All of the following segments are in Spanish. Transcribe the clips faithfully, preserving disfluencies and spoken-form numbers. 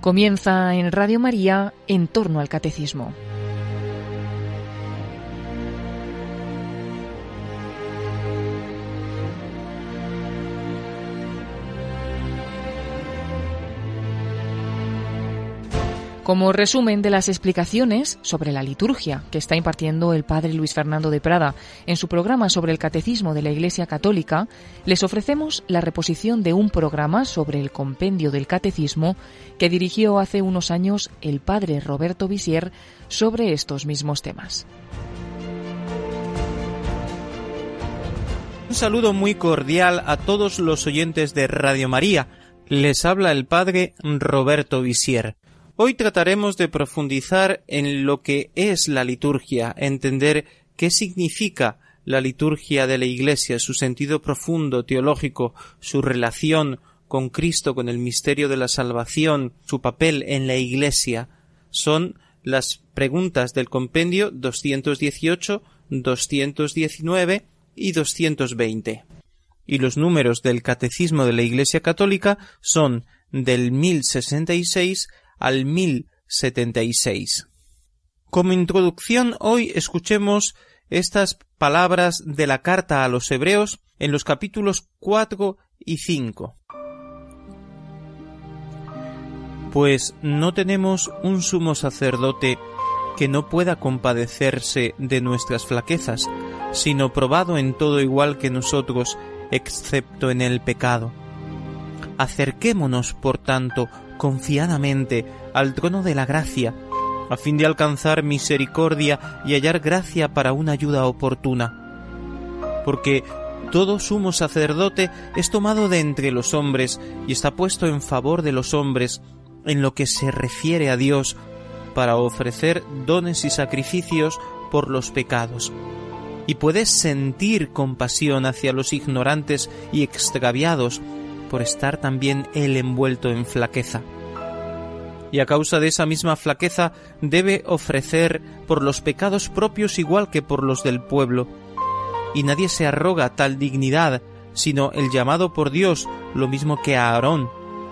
Comienza en Radio María En torno al Catecismo. Como resumen de las explicaciones sobre la liturgia que está impartiendo el padre Luis Fernando de Prada en su programa sobre el Catecismo de la Iglesia Católica, les ofrecemos la reposición de un programa sobre el compendio del Catecismo que dirigió hace unos años el padre Roberto Visier sobre estos mismos temas. Un saludo muy cordial a todos los oyentes de Radio María. Les habla el padre Roberto Visier. Hoy trataremos de profundizar en lo que es la liturgia, entender qué significa la liturgia de la Iglesia, su sentido profundo, teológico, su relación con Cristo, con el misterio de la salvación, su papel en la Iglesia. Son las preguntas del compendio doscientos dieciocho, doscientos diecinueve y doscientos veinte. Y los números del Catecismo de la Iglesia Católica son del mil sesenta y seis al mil setenta y seis. Como introducción, hoy escuchemos estas palabras de la carta a los Hebreos en los capítulos cuatro y cinco. Pues no tenemos un sumo sacerdote que no pueda compadecerse de nuestras flaquezas, sino probado en todo igual que nosotros, excepto en el pecado. Acerquémonos, por tanto, confiadamente al trono de la gracia, a fin de alcanzar misericordia y hallar gracia para una ayuda oportuna. Porque todo sumo sacerdote es tomado de entre los hombres y está puesto en favor de los hombres en lo que se refiere a Dios, para ofrecer dones y sacrificios por los pecados. Y puede sentir compasión hacia los ignorantes y extraviados, por estar también él envuelto en flaqueza. Y a causa de esa misma flaqueza debe ofrecer por los pecados propios igual que por los del pueblo. Y nadie se arroga tal dignidad, sino el llamado por Dios, lo mismo que a Aarón.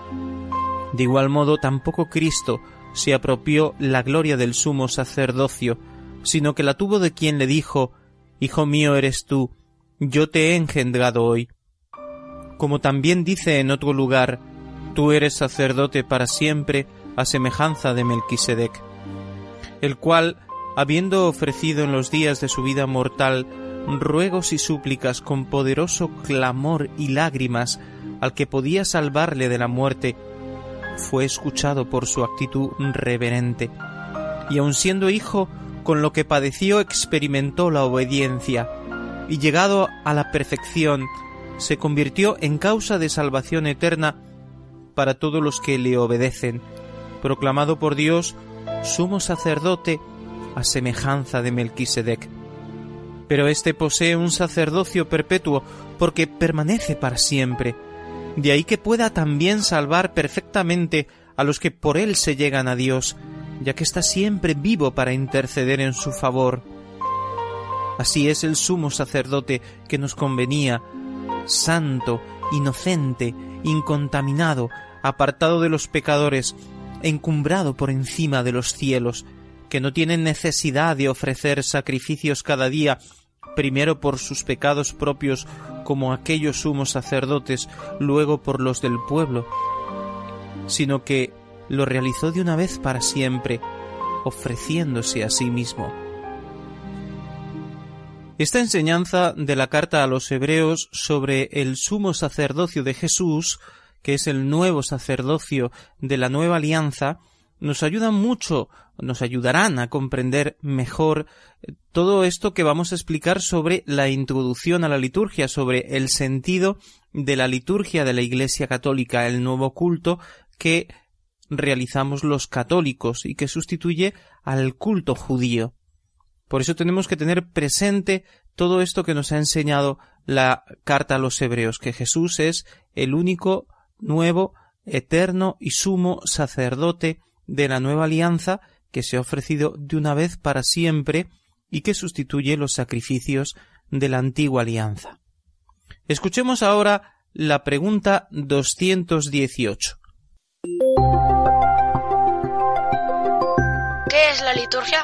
De igual modo tampoco Cristo se apropió la gloria del sumo sacerdocio, sino que la tuvo de quien le dijo: Hijo mío eres tú, yo te he engendrado hoy. Como también dice en otro lugar: tú eres sacerdote para siempre, a semejanza de Melquisedec, el cual, habiendo ofrecido en los días de su vida mortal ruegos y súplicas con poderoso clamor y lágrimas al que podía salvarle de la muerte, fue escuchado por su actitud reverente, y aun siendo hijo, con lo que padeció experimentó la obediencia, y llegado a la perfección, se convirtió en causa de salvación eterna para todos los que le obedecen, proclamado por Dios sumo sacerdote a semejanza de Melquisedec. Pero éste posee un sacerdocio perpetuo porque permanece para siempre, de ahí que pueda también salvar perfectamente a los que por él se llegan a Dios, ya que está siempre vivo para interceder en su favor. Así es el sumo sacerdote que nos convenía, santo, inocente, incontaminado, apartado de los pecadores, encumbrado por encima de los cielos, que no tiene necesidad de ofrecer sacrificios cada día, primero por sus pecados propios, como aquellos sumos sacerdotes, luego por los del pueblo, sino que lo realizó de una vez para siempre, ofreciéndose a sí mismo. Esta enseñanza de la carta a los Hebreos sobre el sumo sacerdocio de Jesús, que es el nuevo sacerdocio de la nueva alianza, nos ayuda mucho, nos ayudarán a comprender mejor todo esto que vamos a explicar sobre la introducción a la liturgia, sobre el sentido de la liturgia de la Iglesia Católica, el nuevo culto que realizamos los católicos y que sustituye al culto judío. Por eso tenemos que tener presente todo esto que nos ha enseñado la carta a los Hebreos, que Jesús es el único, nuevo, eterno y sumo sacerdote de la nueva alianza que se ha ofrecido de una vez para siempre y que sustituye los sacrificios de la antigua alianza. Escuchemos ahora la pregunta doscientos dieciocho. ¿Qué es la liturgia?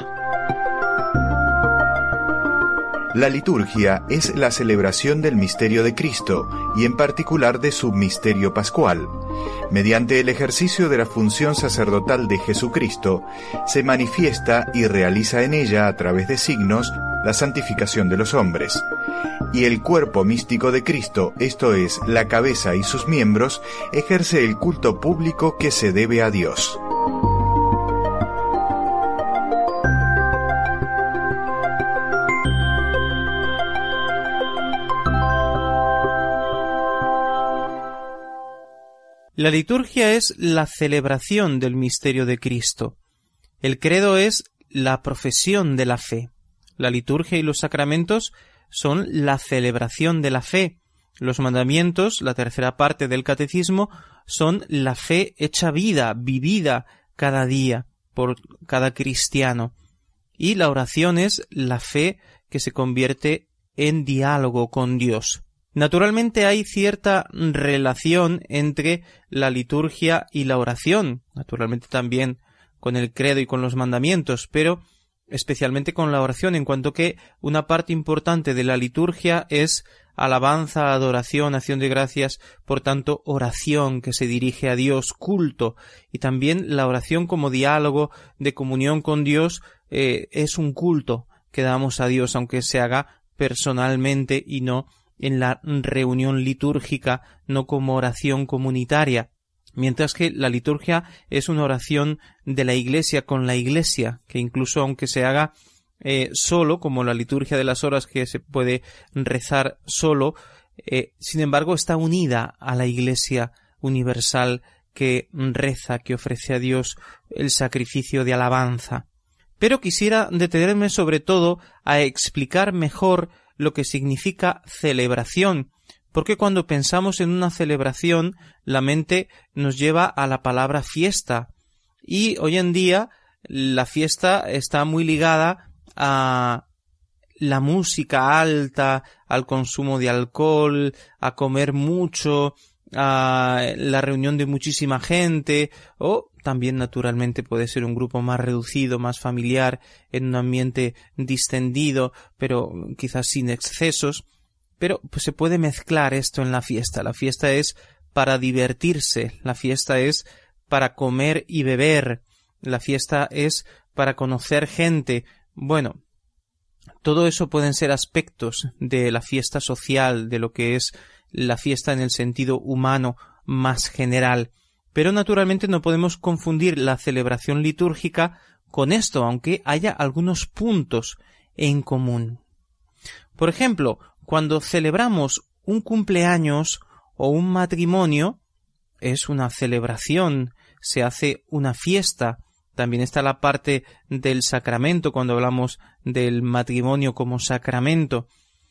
La liturgia es la celebración del misterio de Cristo y en particular de su misterio pascual. Mediante el ejercicio de la función sacerdotal de Jesucristo, se manifiesta y realiza en ella a través de signos la santificación de los hombres. Y el cuerpo místico de Cristo, esto es, la cabeza y sus miembros, ejerce el culto público que se debe a Dios. La liturgia es la celebración del misterio de Cristo. El credo es la profesión de la fe. La liturgia y los sacramentos son la celebración de la fe. Los mandamientos, la tercera parte del catecismo, son la fe hecha vida, vivida cada día por cada cristiano. Y la oración es la fe que se convierte en diálogo con Dios. Naturalmente hay cierta relación entre la liturgia y la oración, naturalmente también con el credo y con los mandamientos, pero especialmente con la oración, en cuanto que una parte importante de la liturgia es alabanza, adoración, acción de gracias, por tanto oración que se dirige a Dios, culto, y también la oración como diálogo de comunión con Dios eh, es un culto que damos a Dios, aunque se haga personalmente y no en la reunión litúrgica, no como oración comunitaria, mientras que la liturgia es una oración de la Iglesia con la Iglesia, que incluso aunque se haga eh, solo, como la liturgia de las horas que se puede rezar solo, eh, sin embargo está unida a la Iglesia universal que reza, que ofrece a Dios el sacrificio de alabanza. Pero quisiera detenerme sobre todo a explicar mejor lo que significa celebración, porque cuando pensamos en una celebración, la mente nos lleva a la palabra fiesta, y hoy en día la fiesta está muy ligada a la música alta, al consumo de alcohol, a comer mucho, a la reunión de muchísima gente, o también naturalmente puede ser un grupo más reducido, más familiar, en un ambiente distendido, pero quizás sin excesos. Pero pues se puede mezclar esto en la fiesta. La fiesta es para divertirse, la fiesta es para comer y beber, la fiesta es para conocer gente. Bueno, todo eso pueden ser aspectos de la fiesta social, de lo que es la fiesta en el sentido humano más general. Pero naturalmente no podemos confundir la celebración litúrgica con esto, aunque haya algunos puntos en común. Por ejemplo, cuando celebramos un cumpleaños o un matrimonio, es una celebración, se hace una fiesta. También está la parte del sacramento, cuando hablamos del matrimonio como sacramento.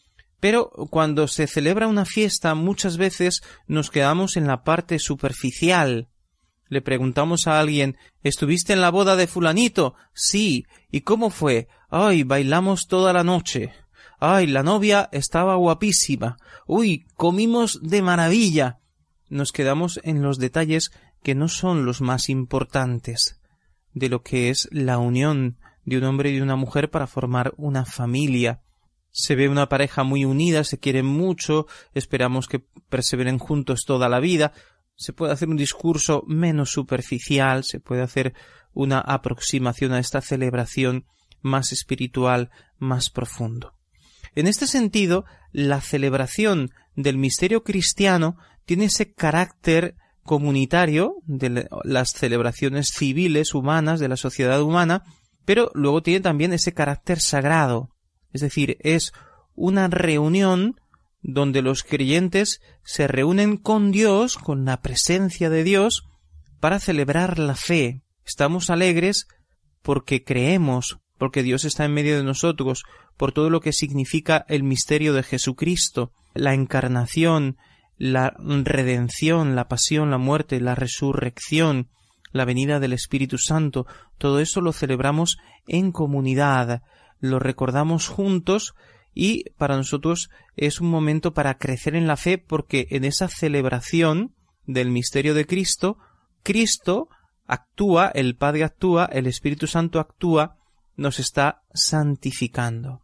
Pero cuando se celebra una fiesta, muchas veces nos quedamos en la parte superficial. Le preguntamos a alguien, ¿estuviste en la boda de fulanito? Sí. ¿Y cómo fue? Ay, bailamos toda la noche. Ay, la novia estaba guapísima. Uy, comimos de maravilla. Nos quedamos en los detalles que no son los más importantes de lo que es la unión de un hombre y de una mujer para formar una familia. Se ve una pareja muy unida, se quieren mucho, esperamos que perseveren juntos toda la vida. Se puede hacer un discurso menos superficial, se puede hacer una aproximación a esta celebración más espiritual, más profundo. En este sentido, la celebración del misterio cristiano tiene ese carácter comunitario de las celebraciones civiles humanas de la sociedad humana, pero luego tiene también ese carácter sagrado. Es decir, es una reunión donde los creyentes se reúnen con Dios, con la presencia de Dios, para celebrar la fe. Estamos alegres porque creemos, porque Dios está en medio de nosotros, por todo lo que significa el misterio de Jesucristo, la encarnación, la redención, la pasión, la muerte, la resurrección, la venida del Espíritu Santo. Todo eso lo celebramos en comunidad, lo recordamos juntos y para nosotros es un momento para crecer en la fe, porque en esa celebración del misterio de Cristo, Cristo actúa, el Padre actúa, el Espíritu Santo actúa, nos está santificando.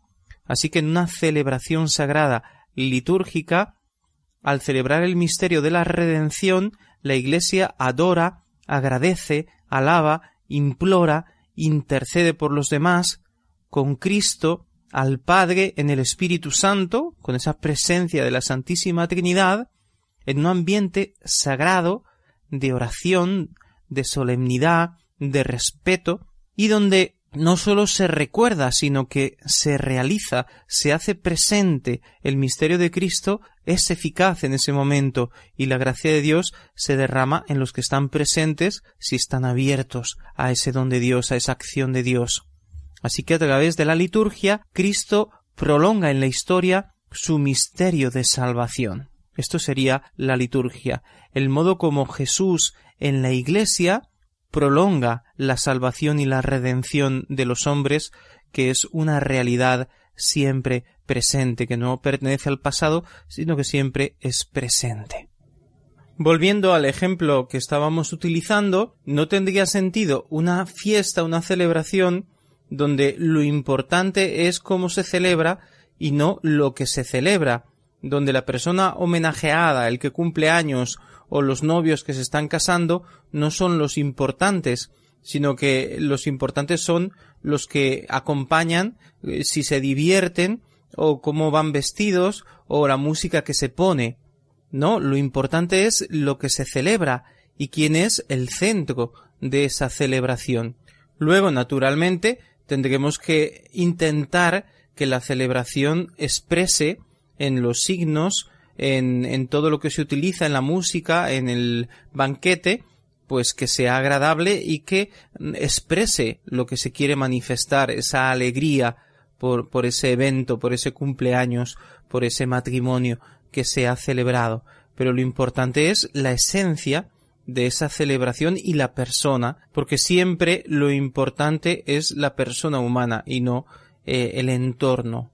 Así que en una celebración sagrada litúrgica, al celebrar el misterio de la redención, la Iglesia adora, agradece, alaba, implora, intercede por los demás, con Cristo, al Padre en el Espíritu Santo, con esa presencia de la Santísima Trinidad, en un ambiente sagrado de oración, de solemnidad, de respeto, y donde no sólo se recuerda, sino que se realiza, se hace presente el misterio de Cristo, es eficaz en ese momento, y la gracia de Dios se derrama en los que están presentes si están abiertos a ese don de Dios, a esa acción de Dios. Así que a través de la liturgia, Cristo prolonga en la historia su misterio de salvación. Esto sería la liturgia, el modo como Jesús en la Iglesia prolonga la salvación y la redención de los hombres, que es una realidad siempre presente, que no pertenece al pasado, sino que siempre es presente. Volviendo al ejemplo que estábamos utilizando, no tendría sentido una fiesta, una celebración, donde lo importante es cómo se celebra y no lo que se celebra, donde la persona homenajeada, el que cumple años o los novios que se están casando no son los importantes, sino que los importantes son los que acompañan, eh, si se divierten o cómo van vestidos o la música que se pone. No, lo importante es lo que se celebra y quién es el centro de esa celebración. Luego, naturalmente, tendremos que intentar que la celebración exprese en los signos, en, en todo lo que se utiliza en la música, en el banquete, pues que sea agradable y que exprese lo que se quiere manifestar, esa alegría por, por ese evento, por ese cumpleaños, por ese matrimonio que se ha celebrado. Pero lo importante es la esencia de esa celebración y la persona, porque siempre lo importante es la persona humana y no eh, el entorno.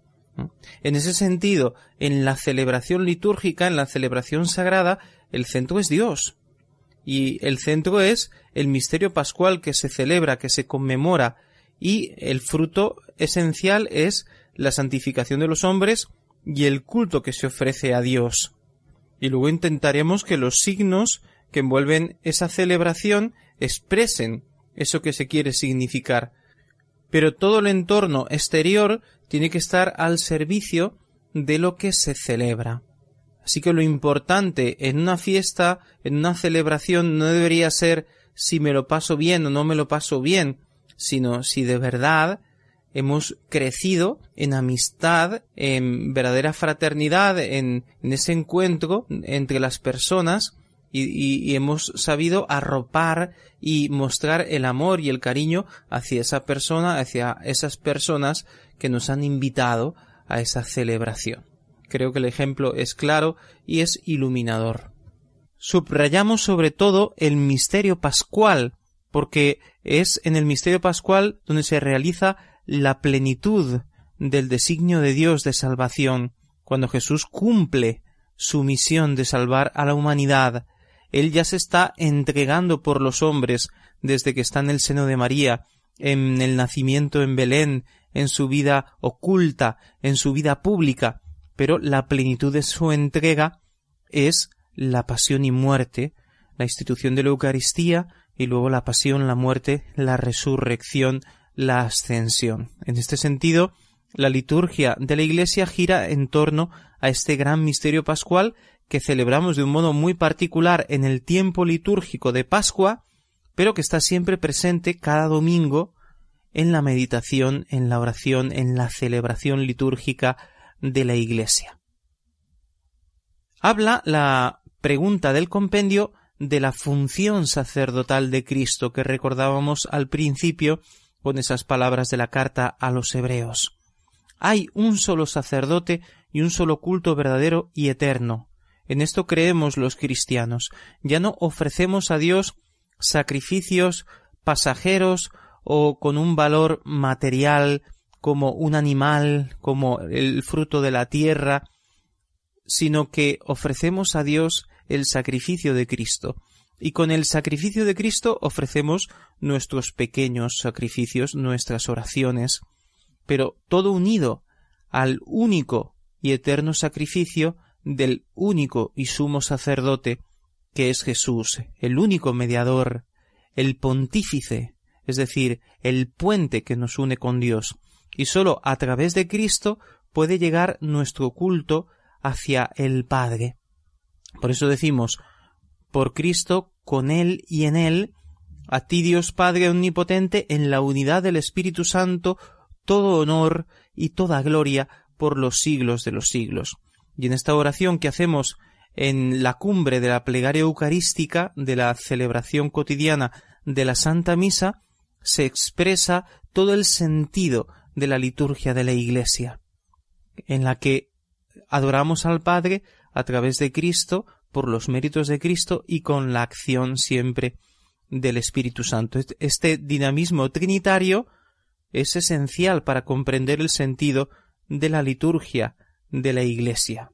En ese sentido, en la celebración litúrgica, en la celebración sagrada, el centro es Dios. Y el centro es el misterio pascual que se celebra, que se conmemora, y el fruto esencial es la santificación de los hombres y el culto que se ofrece a Dios. Y luego intentaremos que los signos que envuelven esa celebración expresen eso que se quiere significar. Pero todo el entorno exterior tiene que estar al servicio de lo que se celebra. Así que lo importante en una fiesta, en una celebración, no debería ser si me lo paso bien o no me lo paso bien, sino si de verdad hemos crecido en amistad, en verdadera fraternidad, en, en ese encuentro entre las personas y, y, y hemos sabido arropar y mostrar el amor y el cariño hacia esa persona, hacia esas personas que nos han invitado a esa celebración. Creo que el ejemplo es claro y es iluminador. Subrayamos sobre todo el misterio pascual, porque es en el misterio pascual donde se realiza la plenitud del designio de Dios de salvación. Cuando Jesús cumple su misión de salvar a la humanidad, Él ya se está entregando por los hombres desde que está en el seno de María, en el nacimiento en Belén, en su vida oculta, en su vida pública, pero la plenitud de su entrega es la pasión y muerte, la institución de la Eucaristía y luego la pasión, la muerte, la resurrección, la ascensión. En este sentido, la liturgia de la Iglesia gira en torno a este gran misterio pascual que celebramos de un modo muy particular en el tiempo litúrgico de Pascua, pero que está siempre presente cada domingo en la meditación, en la oración, en la celebración litúrgica de la Iglesia. Habla la pregunta del compendio de la función sacerdotal de Cristo que recordábamos al principio con esas palabras de la carta a los Hebreos. Hay un solo sacerdote y un solo culto verdadero y eterno. En esto creemos los cristianos. Ya no ofrecemos a Dios sacrificios pasajeros o con un valor material como un animal, como el fruto de la tierra, sino que ofrecemos a Dios el sacrificio de Cristo. Y con el sacrificio de Cristo ofrecemos nuestros pequeños sacrificios, nuestras oraciones, pero todo unido al único y eterno sacrificio del único y sumo sacerdote que es Jesús, el único mediador, el pontífice, es decir, el puente que nos une con Dios. Y sólo a través de Cristo puede llegar nuestro culto hacia el Padre. Por eso decimos, por Cristo, con Él y en Él, a ti Dios Padre omnipotente, en la unidad del Espíritu Santo, todo honor y toda gloria por los siglos de los siglos. Y en esta oración que hacemos en la cumbre de la plegaria eucarística, de la celebración cotidiana de la Santa Misa, se expresa todo el sentido de la liturgia de la Iglesia, en la que adoramos al Padre a través de Cristo, por los méritos de Cristo y con la acción siempre del Espíritu Santo. Este dinamismo trinitario es esencial para comprender el sentido de la liturgia de la Iglesia.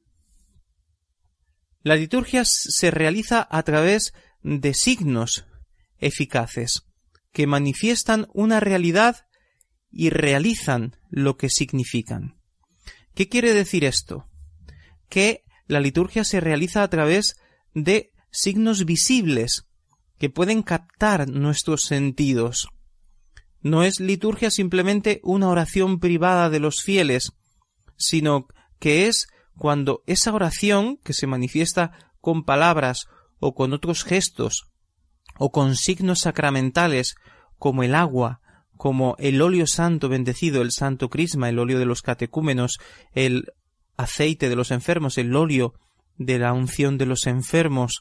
La liturgia se realiza a través de signos eficaces que manifiestan una realidad y realizan lo que significan. ¿Qué quiere decir esto? Que la liturgia se realiza a través de signos visibles que pueden captar nuestros sentidos. No es liturgia simplemente una oración privada de los fieles, sino que es cuando esa oración, que se manifiesta con palabras o con otros gestos o con signos sacramentales como el agua, como el óleo santo bendecido, el santo crisma, el óleo de los catecúmenos, el aceite de los enfermos, el óleo de la unción de los enfermos.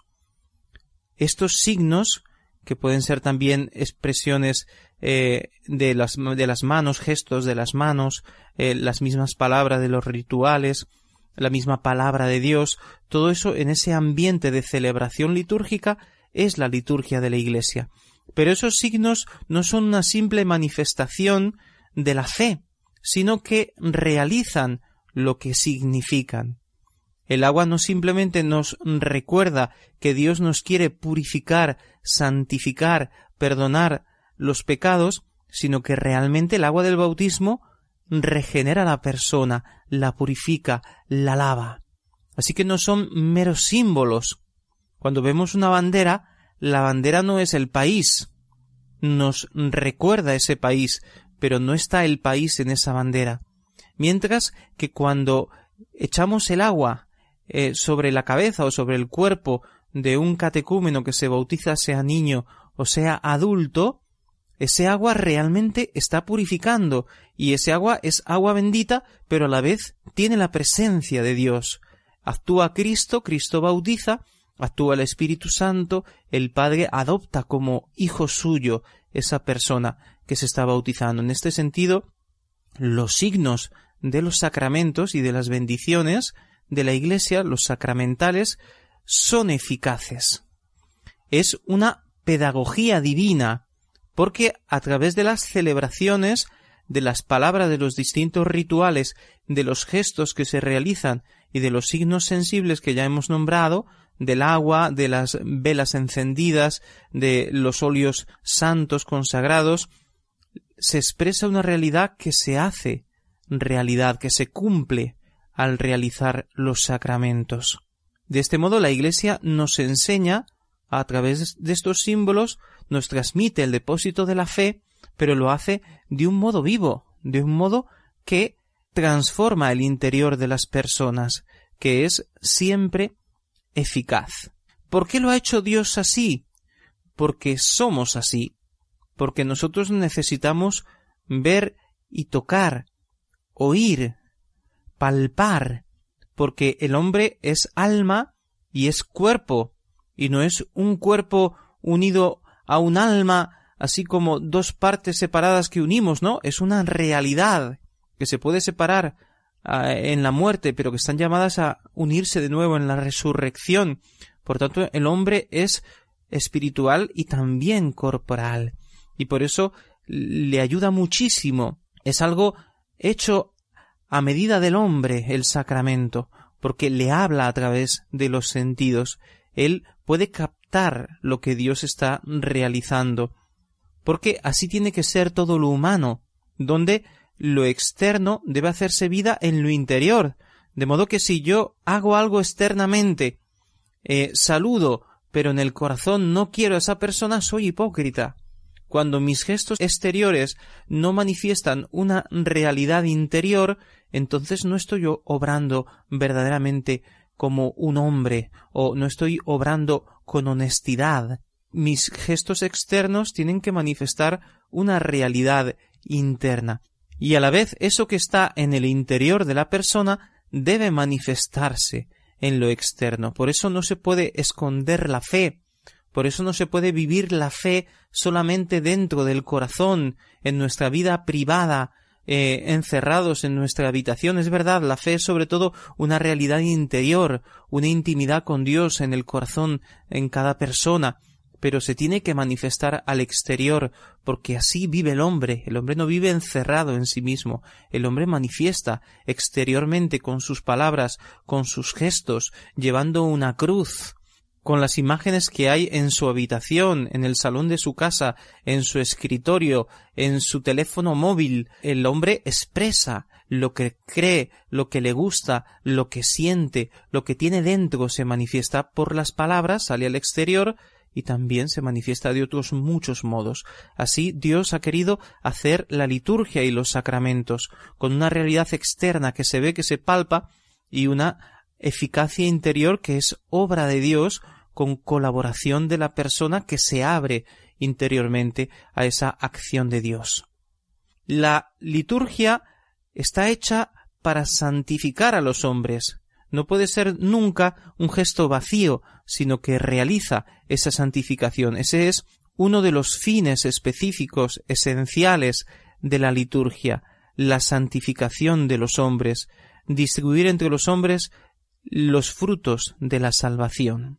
Estos signos, que pueden ser también expresiones eh, de, las, de las manos, gestos de las manos, eh, las mismas palabras de los rituales, la misma palabra de Dios, todo eso en ese ambiente de celebración litúrgica es la liturgia de la Iglesia. Pero esos signos no son una simple manifestación de la fe, sino que realizan lo que significan. El agua no simplemente nos recuerda que Dios nos quiere purificar, santificar, perdonar los pecados, sino que realmente el agua del bautismo regenera a la persona, la purifica, la lava. Así que no son meros símbolos. Cuando vemos una bandera, la bandera no es el país. Nos recuerda ese país, pero no está el país en esa bandera. Mientras que cuando echamos el agua eh, sobre la cabeza o sobre el cuerpo de un catecúmeno que se bautiza, sea niño o sea adulto, ese agua realmente está purificando, y ese agua es agua bendita, pero a la vez tiene la presencia de Dios. Actúa Cristo, Cristo bautiza, actúa el Espíritu Santo, el Padre adopta como hijo suyo esa persona que se está bautizando. En este sentido, los signos de los sacramentos y de las bendiciones de la Iglesia, los sacramentales, son eficaces. Es una pedagogía divina, porque a través de las celebraciones, de las palabras, de los distintos rituales, de los gestos que se realizan y de los signos sensibles que ya hemos nombrado, del agua, de las velas encendidas, de los óleos santos consagrados, se expresa una realidad que se hace realidad, que se cumple al realizar los sacramentos. De este modo, la Iglesia nos enseña, a través de estos símbolos, nos transmite el depósito de la fe, pero lo hace de un modo vivo, de un modo que transforma el interior de las personas, que es siempre eficaz. ¿Por qué lo ha hecho Dios así? Porque somos así, porque nosotros necesitamos ver y tocar, oír, palpar, porque el hombre es alma y es cuerpo, y no es un cuerpo unido a un alma, así como dos partes separadas que unimos, ¿no? Es una realidad que se puede separar uh, en la muerte, pero que están llamadas a unirse de nuevo en la resurrección. Por tanto, el hombre es espiritual y también corporal, y por eso le ayuda muchísimo. Es algo hecho a medida del hombre, el sacramento, porque le habla a través de los sentidos. Él puede captar captar lo que Dios está realizando, porque así tiene que ser todo lo humano, donde lo externo debe hacerse vida en lo interior, de modo que si yo hago algo externamente, eh, saludo, pero en el corazón no quiero a esa persona, soy hipócrita. Cuando mis gestos exteriores no manifiestan una realidad interior, entonces no estoy yo obrando verdaderamente como un hombre, o no estoy obrando con honestidad. Mis gestos externos tienen que manifestar una realidad interna. Y a la vez eso que está en el interior de la persona debe manifestarse en lo externo. Por eso no se puede esconder la fe. Por eso no se puede vivir la fe solamente dentro del corazón, en nuestra vida privada, eh, encerrados en nuestra habitación. Es verdad, la fe es sobre todo una realidad interior, una intimidad con Dios en el corazón, en cada persona, pero se tiene que manifestar al exterior, porque así vive el hombre. El hombre no vive encerrado en sí mismo. El hombre manifiesta exteriormente con sus palabras, con sus gestos, llevando una cruz, con las imágenes que hay en su habitación, en el salón de su casa, en su escritorio, en su teléfono móvil. El hombre expresa lo que cree, lo que le gusta, lo que siente, lo que tiene dentro se manifiesta por las palabras, sale al exterior y también se manifiesta de otros muchos modos. Así Dios ha querido hacer la liturgia y los sacramentos, con una realidad externa que se ve, que se palpa, y una eficacia interior que es obra de Dios, con colaboración de la persona que se abre interiormente a esa acción de Dios. La liturgia está hecha para santificar a los hombres. No puede ser nunca un gesto vacío, sino que realiza esa santificación. Ese es uno de los fines específicos, esenciales de la liturgia, la santificación de los hombres, distribuir entre los hombres los frutos de la salvación.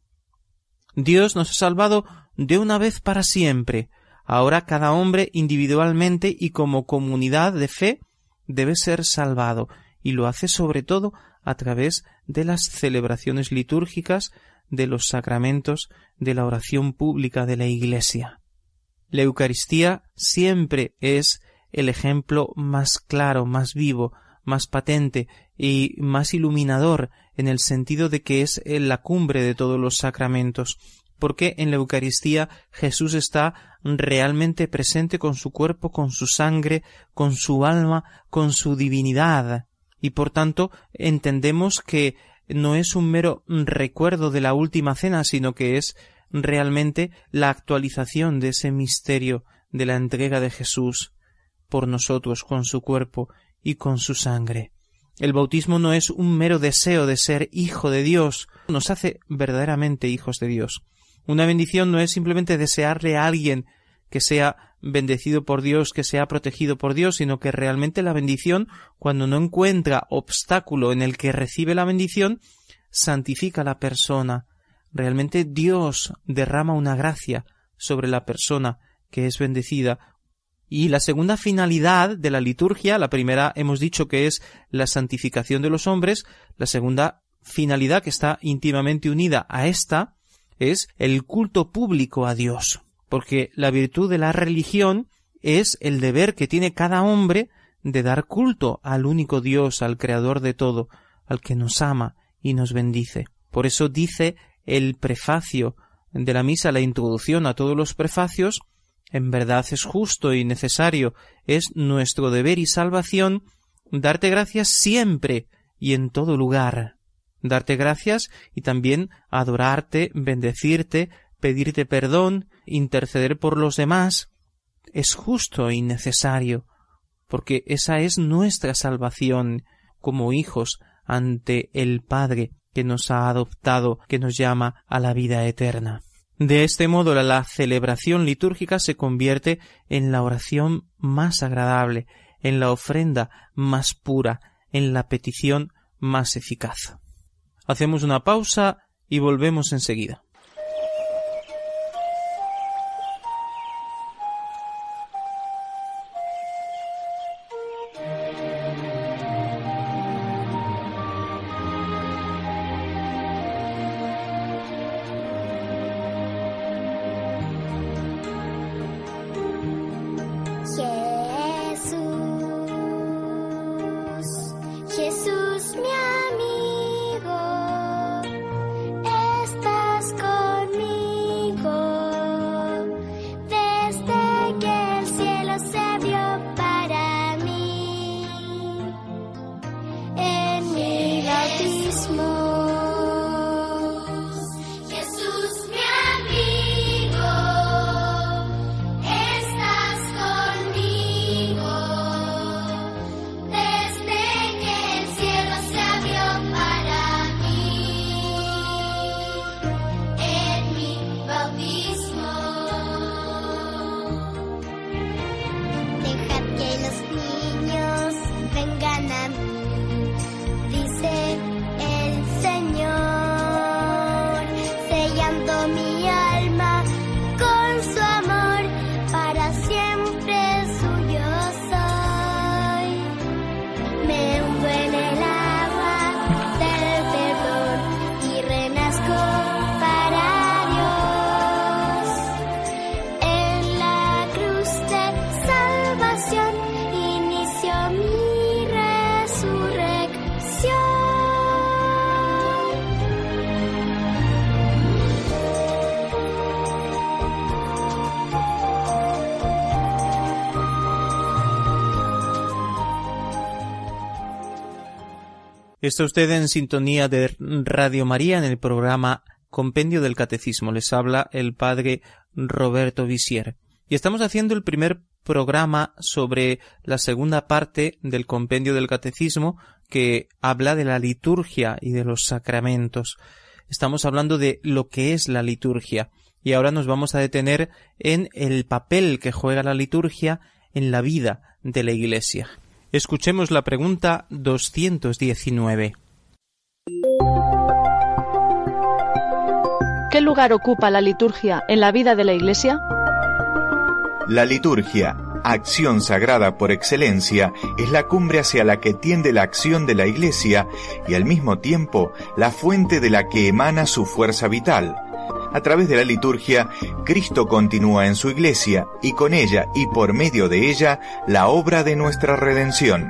Dios nos ha salvado de una vez para siempre. Ahora cada hombre individualmente y como comunidad de fe debe ser salvado, y lo hace sobre todo a través de las celebraciones litúrgicas, de los sacramentos, de la oración pública de la Iglesia. La Eucaristía siempre es el ejemplo más claro, más vivo, más patente y más iluminador, en el sentido de que es la cumbre de todos los sacramentos, porque en la Eucaristía Jesús está realmente presente con su cuerpo, con su sangre, con su alma, con su divinidad, y por tanto entendemos que no es un mero recuerdo de la última cena, sino que es realmente la actualización de ese misterio de la entrega de Jesús por nosotros con su cuerpo y con su sangre. El bautismo no es un mero deseo de ser hijo de Dios, nos hace verdaderamente hijos de Dios. Una bendición no es simplemente desearle a alguien que sea bendecido por Dios, que sea protegido por Dios, sino que realmente la bendición, cuando no encuentra obstáculo en el que recibe la bendición, santifica a la persona. Realmente Dios derrama una gracia sobre la persona que es bendecida. Y la segunda finalidad de la liturgia, la primera hemos dicho que es la santificación de los hombres, la segunda finalidad que está íntimamente unida a esta es el culto público a Dios, porque la virtud de la religión es el deber que tiene cada hombre de dar culto al único Dios, al Creador de todo, al que nos ama y nos bendice. Por eso dice el prefacio de la misa, la introducción a todos los prefacios: en verdad es justo y necesario, es nuestro deber y salvación darte gracias siempre y en todo lugar. Darte gracias y también adorarte, bendecirte, pedirte perdón, interceder por los demás. Es justo y necesario, porque esa es nuestra salvación como hijos ante el Padre que nos ha adoptado, que nos llama a la vida eterna. De este modo, la celebración litúrgica se convierte en la oración más agradable, en la ofrenda más pura, en la petición más eficaz. Hacemos una pausa y volvemos enseguida. Está usted en sintonía de Radio María en el programa Compendio del Catecismo. Les habla el padre Roberto Visier. Y estamos haciendo el primer programa sobre la segunda parte del Compendio del Catecismo, que habla de la liturgia y de los sacramentos. Estamos hablando de lo que es la liturgia. Y ahora nos vamos a detener en el papel que juega la liturgia en la vida de la Iglesia. Escuchemos la pregunta doscientos diecinueve. ¿Qué lugar ocupa la liturgia en la vida de la Iglesia? La liturgia, acción sagrada por excelencia, es la cumbre hacia la que tiende la acción de la Iglesia y al mismo tiempo la fuente de la que emana su fuerza vital. A través de la liturgia, Cristo continúa en su Iglesia y con ella y por medio de ella la obra de nuestra redención.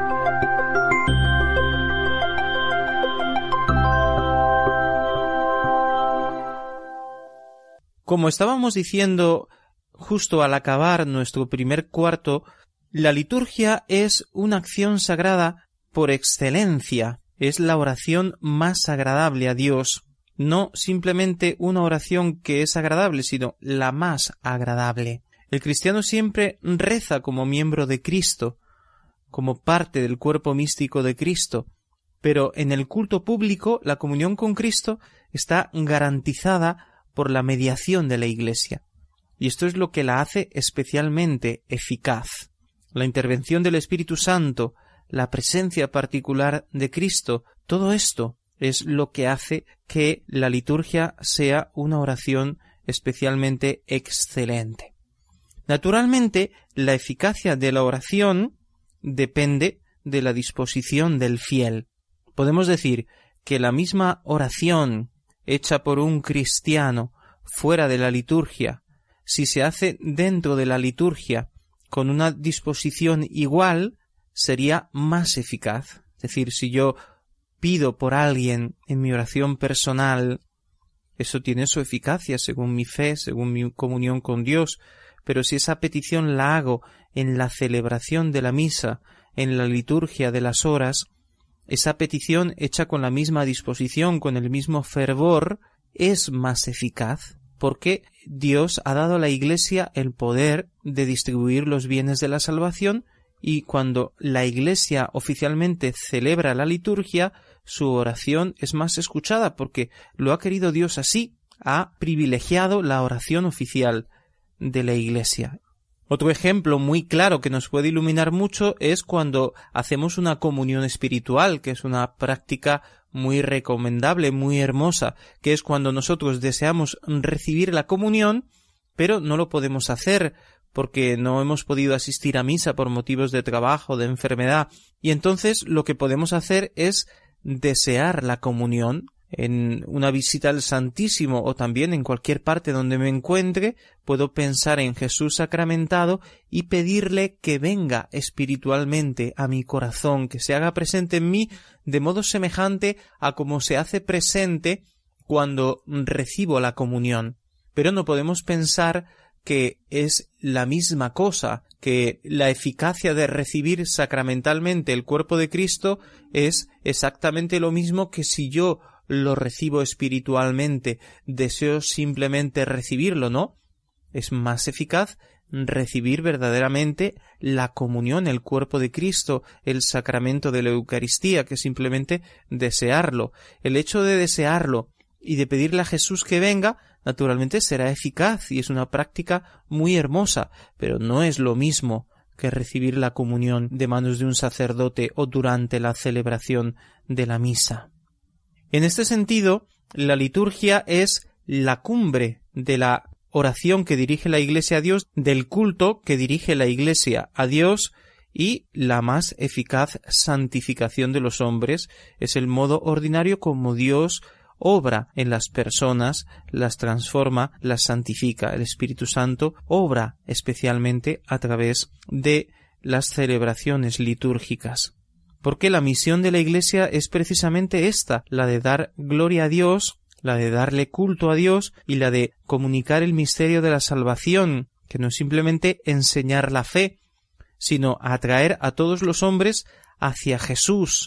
Como estábamos diciendo justo al acabar nuestro primer cuarto, la liturgia es una acción sagrada por excelencia, es la oración más agradable a Dios. No simplemente una oración que es agradable, sino la más agradable. El cristiano siempre reza como miembro de Cristo, como parte del cuerpo místico de Cristo, pero en el culto público la comunión con Cristo está garantizada por la mediación de la Iglesia. Y esto es lo que la hace especialmente eficaz. La intervención del Espíritu Santo, la presencia particular de Cristo, todo esto es lo que hace que la liturgia sea una oración especialmente excelente. Naturalmente, la eficacia de la oración depende de la disposición del fiel. Podemos decir que la misma oración hecha por un cristiano fuera de la liturgia, si se hace dentro de la liturgia con una disposición igual, sería más eficaz. Es decir, si yo pido por alguien en mi oración personal, eso tiene su eficacia según mi fe, según mi comunión con Dios, pero si esa petición la hago en la celebración de la misa, en la liturgia de las horas, esa petición hecha con la misma disposición, con el mismo fervor, es más eficaz, porque Dios ha dado a la Iglesia el poder de distribuir los bienes de la salvación, y cuando la Iglesia oficialmente celebra la liturgia, su oración es más escuchada porque lo ha querido Dios así, ha privilegiado la oración oficial de la Iglesia. Otro ejemplo muy claro que nos puede iluminar mucho es cuando hacemos una comunión espiritual, que es una práctica muy recomendable, muy hermosa, que es cuando nosotros deseamos recibir la comunión, pero no lo podemos hacer porque no hemos podido asistir a misa por motivos de trabajo, de enfermedad, y entonces lo que podemos hacer es desear la comunión. En una visita al Santísimo o también en cualquier parte donde me encuentre, puedo pensar en Jesús sacramentado y pedirle que venga espiritualmente a mi corazón, que se haga presente en mí de modo semejante a como se hace presente cuando recibo la comunión. Pero no podemos pensar que es la misma cosa, que la eficacia de recibir sacramentalmente el cuerpo de Cristo es exactamente lo mismo que si yo lo recibo espiritualmente, deseo simplemente recibirlo, ¿no? Es más eficaz recibir verdaderamente la comunión, el cuerpo de Cristo, el sacramento de la Eucaristía, que simplemente desearlo. El hecho de desearlo y de pedirle a Jesús que venga, naturalmente será eficaz y es una práctica muy hermosa, pero no es lo mismo que recibir la comunión de manos de un sacerdote o durante la celebración de la misa. En este sentido, la liturgia es la cumbre de la oración que dirige la Iglesia a Dios, del culto que dirige la Iglesia a Dios, y la más eficaz santificación de los hombres. Es el modo ordinario como Dios obra en las personas, las transforma, las santifica. El Espíritu Santo obra especialmente a través de las celebraciones litúrgicas. Porque la misión de la Iglesia es precisamente esta, la de dar gloria a Dios, la de darle culto a Dios y la de comunicar el misterio de la salvación, que no es simplemente enseñar la fe, sino atraer a todos los hombres hacia Jesús,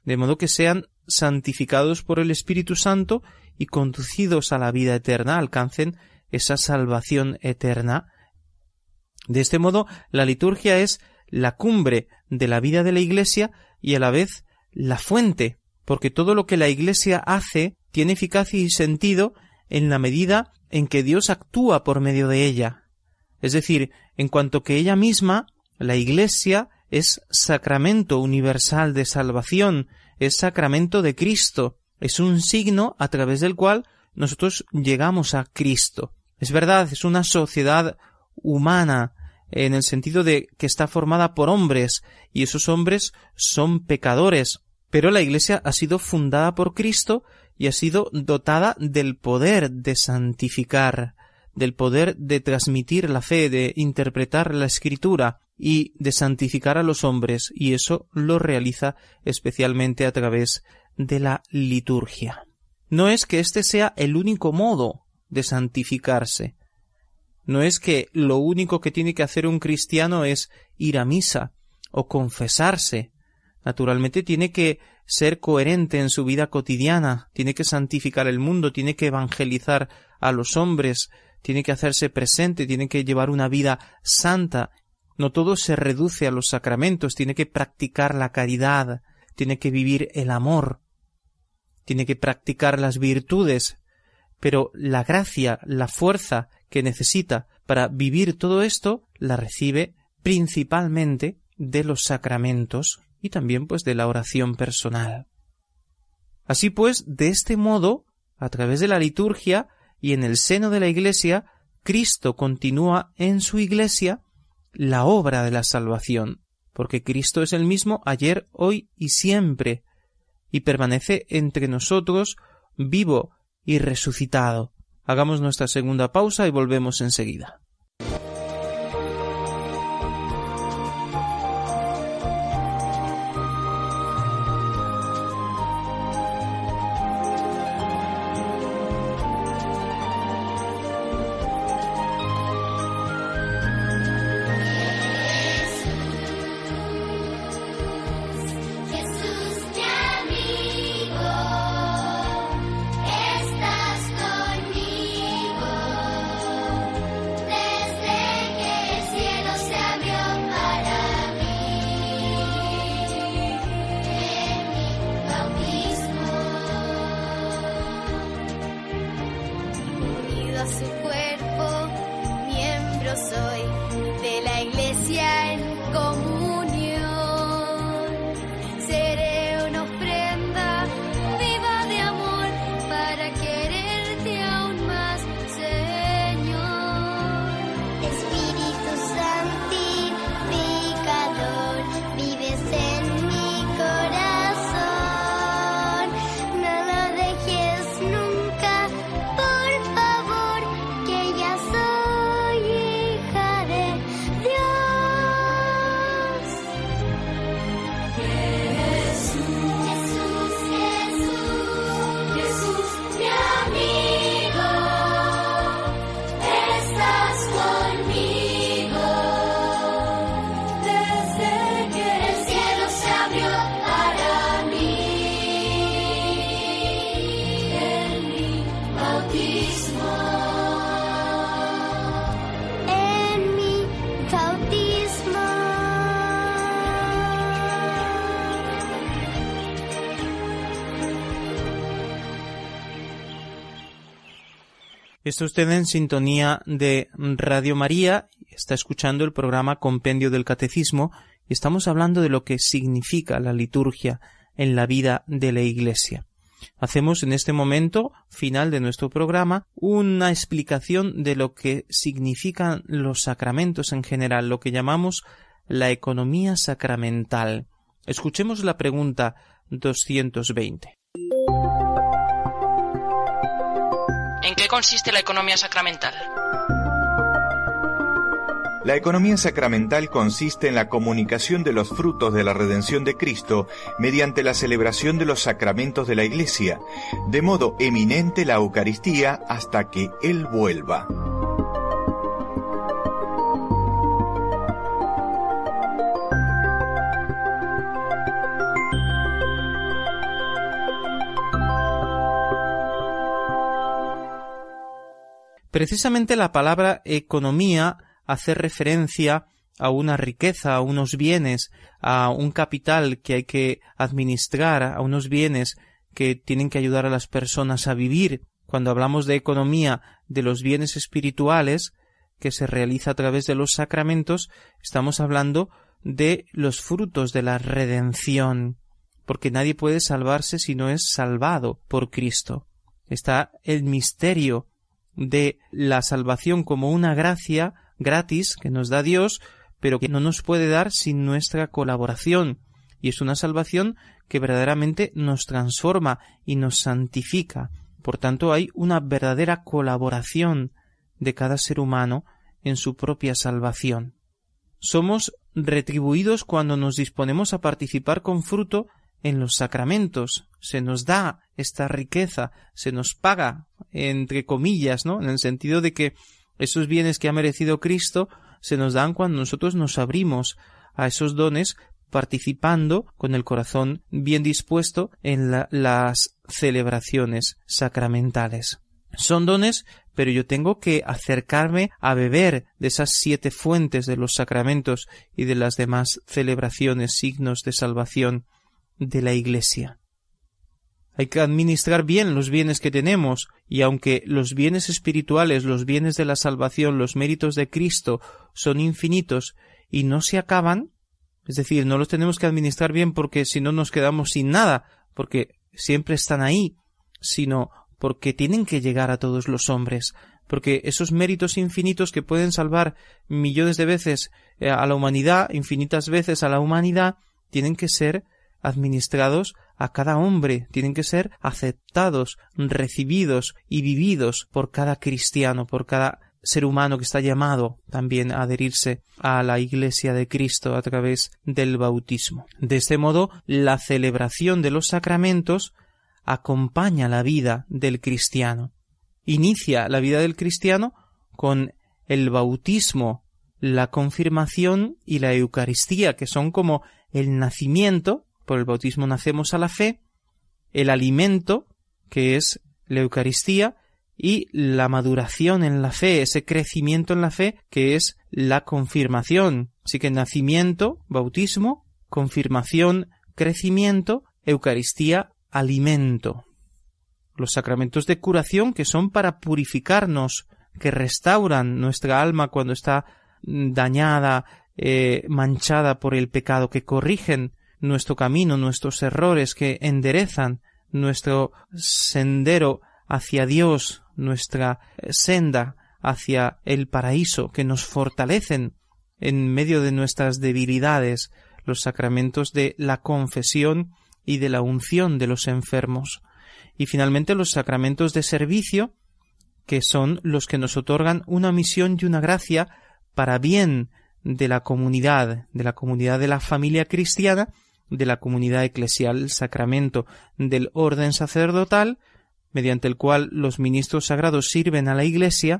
de modo que sean santificados por el Espíritu Santo y conducidos a la vida eterna, alcancen esa salvación eterna. De este modo, la liturgia es la cumbre de la vida de la Iglesia y a la vez la fuente, porque todo lo que la Iglesia hace tiene eficacia y sentido en la medida en que Dios actúa por medio de ella. Es decir, en cuanto que ella misma, la Iglesia, es sacramento universal de salvación, es sacramento de Cristo, es un signo a través del cual nosotros llegamos a Cristo. Es verdad, es una sociedad humana, en el sentido de que está formada por hombres, y esos hombres son pecadores, pero la Iglesia ha sido fundada por Cristo y ha sido dotada del poder de santificar, del poder de transmitir la fe, de interpretar la Escritura y de santificar a los hombres, y eso lo realiza especialmente a través de la liturgia. No es que este sea el único modo de santificarse. No es que lo único que tiene que hacer un cristiano es ir a misa o confesarse. Naturalmente tiene que ser coherente en su vida cotidiana, tiene que santificar el mundo, tiene que evangelizar a los hombres, tiene que hacerse presente, tiene que llevar una vida santa. No todo se reduce a los sacramentos, tiene que practicar la caridad, tiene que vivir el amor, tiene que practicar las virtudes, pero la gracia, la fuerza que necesita para vivir todo esto la recibe principalmente de los sacramentos y también pues de la oración personal. Así pues, de este modo, a través de la liturgia y en el seno de la Iglesia, Cristo continúa en su Iglesia la obra de la salvación, porque Cristo es el mismo ayer, hoy y siempre, y permanece entre nosotros vivo y resucitado. Hagamos nuestra segunda pausa y volvemos enseguida. Está usted en sintonía de Radio María, está escuchando el programa Compendio del Catecismo y estamos hablando de lo que significa la liturgia en la vida de la Iglesia. Hacemos en este momento final de nuestro programa una explicación de lo que significan los sacramentos en general, lo que llamamos la economía sacramental. Escuchemos la pregunta doscientos veinte. ¿En qué consiste la economía sacramental? La economía sacramental consiste en la comunicación de los frutos de la redención de Cristo mediante la celebración de los sacramentos de la Iglesia, de modo eminente la Eucaristía hasta que Él vuelva. Precisamente la palabra economía hace referencia a una riqueza, a unos bienes, a un capital que hay que administrar, a unos bienes que tienen que ayudar a las personas a vivir. Cuando hablamos de economía de los bienes espirituales que se realiza a través de los sacramentos, estamos hablando de los frutos de la redención, porque nadie puede salvarse si no es salvado por Cristo. Está el misterio de la salvación como una gracia gratis que nos da Dios, pero que no nos puede dar sin nuestra colaboración. Y es una salvación que verdaderamente nos transforma y nos santifica. Por tanto, hay una verdadera colaboración de cada ser humano en su propia salvación. Somos retribuidos cuando nos disponemos a participar con fruto en los sacramentos. Se nos da esta riqueza, se nos paga, entre comillas, ¿no? En el sentido de que esos bienes que ha merecido Cristo se nos dan cuando nosotros nos abrimos a esos dones, participando con el corazón bien dispuesto en la, las celebraciones sacramentales. Son dones, pero yo tengo que acercarme a beber de esas siete fuentes de los sacramentos y de las demás celebraciones, signos de salvación de la Iglesia. Hay que administrar bien los bienes que tenemos, y aunque los bienes espirituales, los bienes de la salvación, los méritos de Cristo son infinitos y no se acaban, es decir, no los tenemos que administrar bien porque si no nos quedamos sin nada, porque siempre están ahí, sino porque tienen que llegar a todos los hombres, porque esos méritos infinitos que pueden salvar millones de veces a la humanidad, infinitas veces a la humanidad, tienen que ser administrados a cada hombre, tienen que ser aceptados, recibidos y vividos por cada cristiano, por cada ser humano que está llamado también a adherirse a la Iglesia de Cristo a través del bautismo. De este modo, la celebración de los sacramentos acompaña la vida del cristiano. Inicia la vida del cristiano con el bautismo, la confirmación y la Eucaristía, que son como el nacimiento. Por el bautismo nacemos a la fe, el alimento, que es la Eucaristía, y la maduración en la fe, ese crecimiento en la fe, que es la confirmación. Así que nacimiento, bautismo, confirmación, crecimiento, Eucaristía, alimento. Los sacramentos de curación, que son para purificarnos, que restauran nuestra alma cuando está dañada, eh, manchada por el pecado, que corrigen nuestro camino, nuestros errores, que enderezan nuestro sendero hacia Dios, nuestra senda hacia el paraíso, que nos fortalecen en medio de nuestras debilidades, los sacramentos de la confesión y de la unción de los enfermos. Y finalmente los sacramentos de servicio, que son los que nos otorgan una misión y una gracia para bien de la comunidad, de la comunidad de la familia cristiana, de la comunidad eclesial, el sacramento del orden sacerdotal, mediante el cual los ministros sagrados sirven a la Iglesia,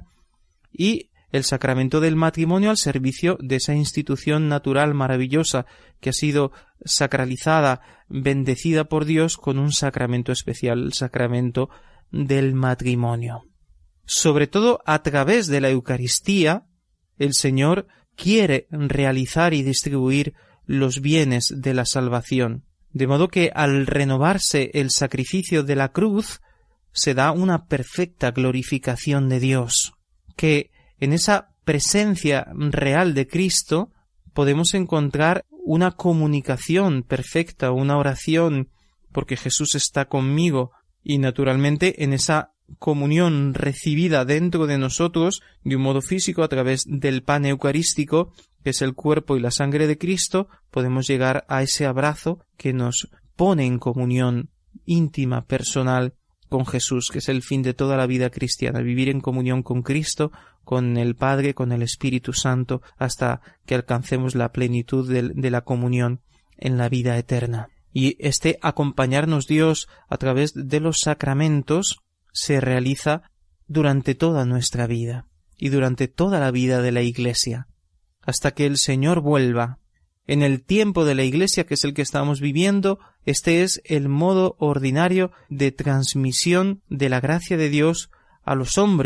y el sacramento del matrimonio al servicio de esa institución natural maravillosa que ha sido sacralizada, bendecida por Dios con un sacramento especial, el sacramento del matrimonio. Sobre todo a través de la Eucaristía, el Señor quiere realizar y distribuir los bienes de la salvación, de modo que al renovarse el sacrificio de la cruz se da una perfecta glorificación de Dios, que en esa presencia real de Cristo podemos encontrar una comunicación perfecta, una oración, porque Jesús está conmigo, y naturalmente en esa comunión recibida dentro de nosotros de un modo físico a través del pan eucarístico, que es el cuerpo y la sangre de Cristo, podemos llegar a ese abrazo que nos pone en comunión íntima, personal con Jesús, que es el fin de toda la vida cristiana, vivir en comunión con Cristo, con el Padre, con el Espíritu Santo, hasta que alcancemos la plenitud de, de la comunión en la vida eterna. Y este acompañarnos Dios a través de los sacramentos se realiza durante toda nuestra vida y durante toda la vida de la Iglesia, hasta que el Señor vuelva. En el tiempo de la Iglesia, que es el que estamos viviendo, este es el modo ordinario de transmisión de la gracia de Dios a los hombres,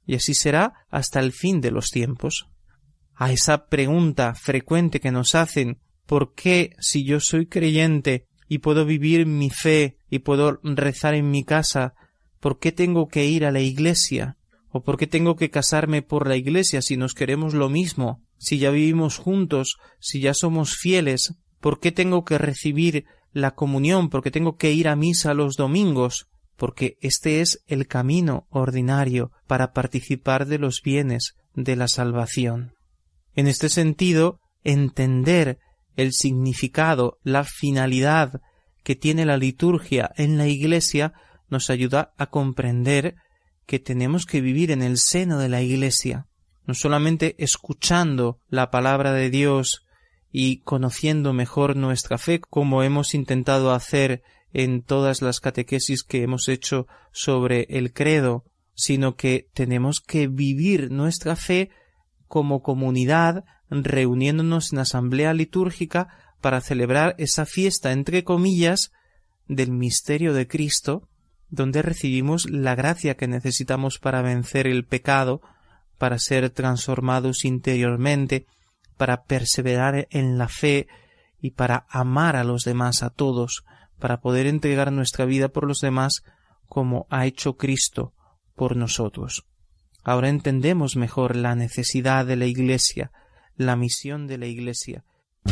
y así será hasta el fin de los tiempos. A esa pregunta frecuente que nos hacen, ¿por qué si yo soy creyente y puedo vivir mi fe y puedo rezar en mi casa, por qué tengo que ir a la iglesia? ¿O por qué tengo que casarme por la iglesia si nos queremos lo mismo? Si ya vivimos juntos, si ya somos fieles, ¿por qué tengo que recibir la comunión? ¿Por qué tengo que ir a misa los domingos? Porque este es el camino ordinario para participar de los bienes de la salvación. En este sentido, entender el significado, la finalidad que tiene la liturgia en la Iglesia nos ayuda a comprender que tenemos que vivir en el seno de la Iglesia, no solamente escuchando la palabra de Dios y conociendo mejor nuestra fe, como hemos intentado hacer en todas las catequesis que hemos hecho sobre el credo, sino que tenemos que vivir nuestra fe como comunidad, reuniéndonos en asamblea litúrgica para celebrar esa fiesta, entre comillas, del misterio de Cristo, donde recibimos la gracia que necesitamos para vencer el pecado, para ser transformados interiormente, para perseverar en la fe y para amar a los demás, a todos, para poder entregar nuestra vida por los demás como ha hecho Cristo por nosotros. Ahora entendemos mejor la necesidad de la Iglesia, la misión de la Iglesia.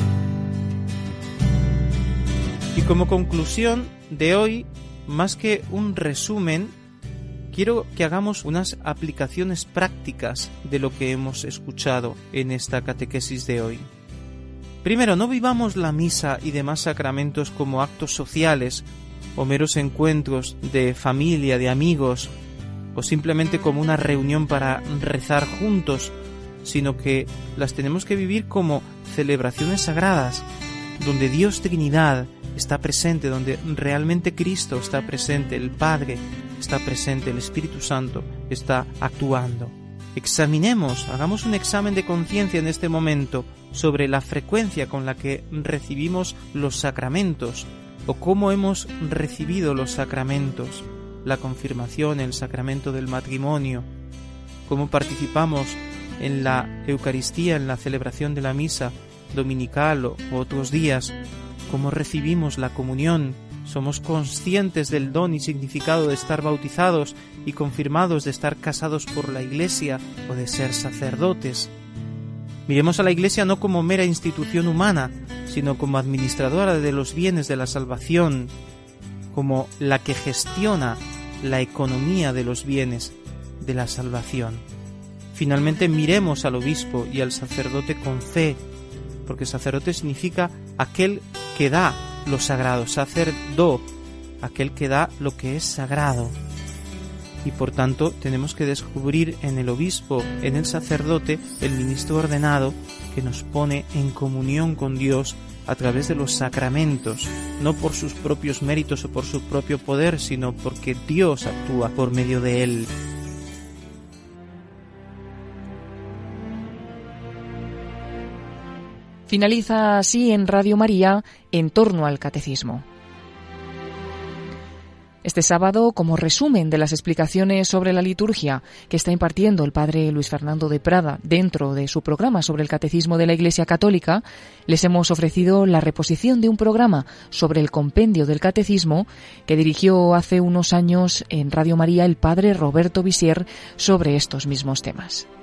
Y como conclusión de hoy, más que un resumen, quiero que hagamos unas aplicaciones prácticas de lo que hemos escuchado en esta catequesis de hoy. Primero, no vivamos la misa y demás sacramentos como actos sociales o meros encuentros de familia, de amigos, o simplemente como una reunión para rezar juntos, sino que las tenemos que vivir como celebraciones sagradas, donde Dios Trinidad está presente, donde realmente Cristo está presente, el Padre está presente, el Espíritu Santo está actuando. Examinemos, hagamos un examen de conciencia en este momento sobre la frecuencia con la que recibimos los sacramentos o cómo hemos recibido los sacramentos, la confirmación, el sacramento del matrimonio, cómo participamos en la Eucaristía, en la celebración de la misa dominical o otros días, cómo recibimos la comunión, somos conscientes del don y significado de estar bautizados y confirmados, de estar casados por la Iglesia o de ser sacerdotes. Miremos a la Iglesia no como mera institución humana, sino como administradora de los bienes de la salvación, como la que gestiona la economía de los bienes de la salvación. Finalmente, miremos al obispo y al sacerdote con fe, porque sacerdote significa aquel que da lo sagrado, sacerdo, aquel que da lo que es sagrado. Y por tanto tenemos que descubrir en el obispo, en el sacerdote, el ministro ordenado que nos pone en comunión con Dios a través de los sacramentos, no por sus propios méritos o por su propio poder, sino porque Dios actúa por medio de él. Finaliza así en Radio María En torno al Catecismo. Este sábado, como resumen de las explicaciones sobre la liturgia que está impartiendo el padre Luis Fernando de Prada dentro de su programa sobre el Catecismo de la Iglesia Católica, les hemos ofrecido la reposición de un programa sobre el compendio del Catecismo que dirigió hace unos años en Radio María el padre Roberto Visier sobre estos mismos temas.